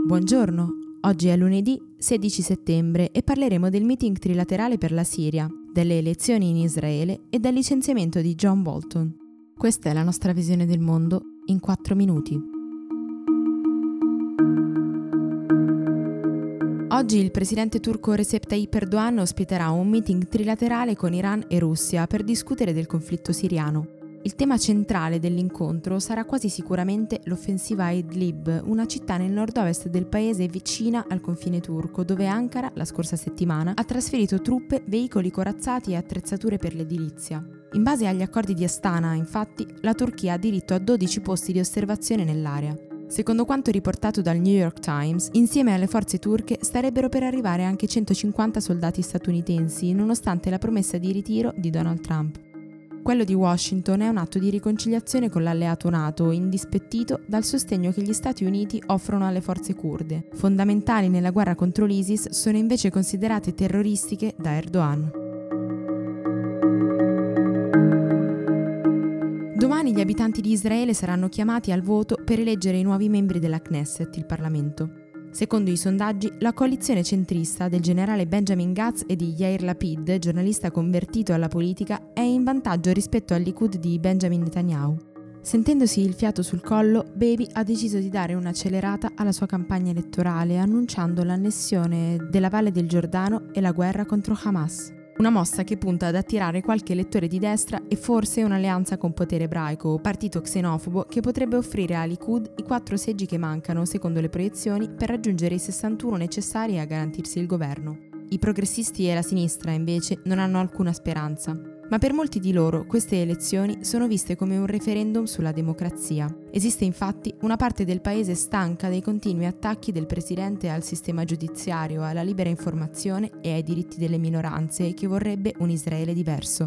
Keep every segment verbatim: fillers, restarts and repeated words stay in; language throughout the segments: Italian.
Buongiorno, oggi è lunedì sedici settembre e parleremo del meeting trilaterale per la Siria, delle elezioni in Israele e del licenziamento di John Bolton. Questa è la nostra visione del mondo in quattro minuti. Oggi il presidente turco Recep Tayyip Erdogan ospiterà un meeting trilaterale con Iran e Russia per discutere del conflitto siriano. Il tema centrale dell'incontro sarà quasi sicuramente l'offensiva a Idlib, una città nel nord-ovest del paese vicina al confine turco, dove Ankara, la scorsa settimana, ha trasferito truppe, veicoli corazzati e attrezzature per l'edilizia. In base agli accordi di Astana, infatti, la Turchia ha diritto a dodici posti di osservazione nell'area. Secondo quanto riportato dal New York Times, insieme alle forze turche starebbero per arrivare anche centocinquanta soldati statunitensi, nonostante la promessa di ritiro di Donald Trump. Quello di Washington è un atto di riconciliazione con l'alleato NATO, indispettito dal sostegno che gli Stati Uniti offrono alle forze curde. Fondamentali nella guerra contro l'ISIS sono invece considerate terroristiche da Erdogan. Domani gli abitanti di Israele saranno chiamati al voto per eleggere i nuovi membri della Knesset, il Parlamento. Secondo i sondaggi, la coalizione centrista del generale Benjamin Gantz e di Yair Lapid, giornalista convertito alla politica, è in vantaggio rispetto al Likud di Benjamin Netanyahu. Sentendosi il fiato sul collo, Bibi ha deciso di dare un'accelerata alla sua campagna elettorale, annunciando l'annessione della Valle del Giordano e la guerra contro Hamas. Una mossa che punta ad attirare qualche elettore di destra e forse un'alleanza con Potere Ebraico, partito xenofobo che potrebbe offrire a Likud i quattro seggi che mancano, secondo le proiezioni, per raggiungere i sessantuno necessari a garantirsi il governo. I progressisti e la sinistra, invece, non hanno alcuna speranza. Ma per molti di loro queste elezioni sono viste come un referendum sulla democrazia. Esiste infatti una parte del paese stanca dei continui attacchi del presidente al sistema giudiziario, alla libera informazione e ai diritti delle minoranze e che vorrebbe un Israele diverso.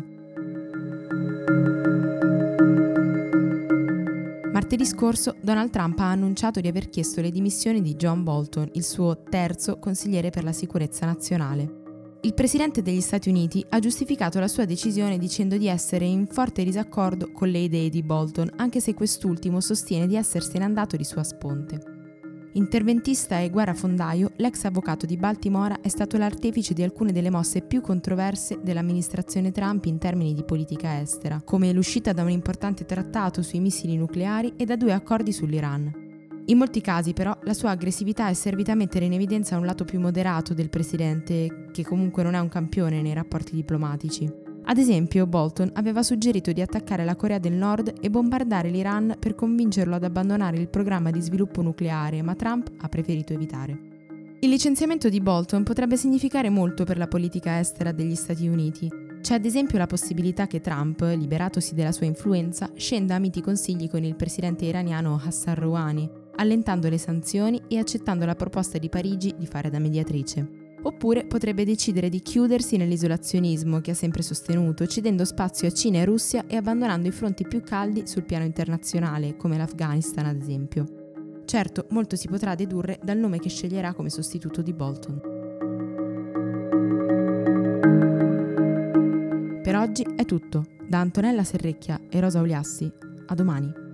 Martedì scorso Donald Trump ha annunciato di aver chiesto le dimissioni di John Bolton, il suo terzo consigliere per la sicurezza nazionale. Il presidente degli Stati Uniti ha giustificato la sua decisione dicendo di essere in forte disaccordo con le idee di Bolton, anche se quest'ultimo sostiene di essersene andato di sua sponte. Interventista e guerrafondaio, l'ex avvocato di Baltimora è stato l'artefice di alcune delle mosse più controverse dell'amministrazione Trump in termini di politica estera, come l'uscita da un importante trattato sui missili nucleari e da due accordi sull'Iran. In molti casi, però, la sua aggressività è servita a mettere in evidenza un lato più moderato del presidente, che comunque non è un campione nei rapporti diplomatici. Ad esempio, Bolton aveva suggerito di attaccare la Corea del Nord e bombardare l'Iran per convincerlo ad abbandonare il programma di sviluppo nucleare, ma Trump ha preferito evitare. Il licenziamento di Bolton potrebbe significare molto per la politica estera degli Stati Uniti. C'è ad esempio la possibilità che Trump, liberatosi della sua influenza, scenda a miti consigli con il presidente iraniano Hassan Rouhani, allentando le sanzioni e accettando la proposta di Parigi di fare da mediatrice. Oppure potrebbe decidere di chiudersi nell'isolazionismo che ha sempre sostenuto, cedendo spazio a Cina e Russia e abbandonando i fronti più caldi sul piano internazionale, come l'Afghanistan ad esempio. Certo, molto si potrà dedurre dal nome che sceglierà come sostituto di Bolton. Per oggi è tutto. Da Antonella Serrecchia e Rosa Oliassi, a domani.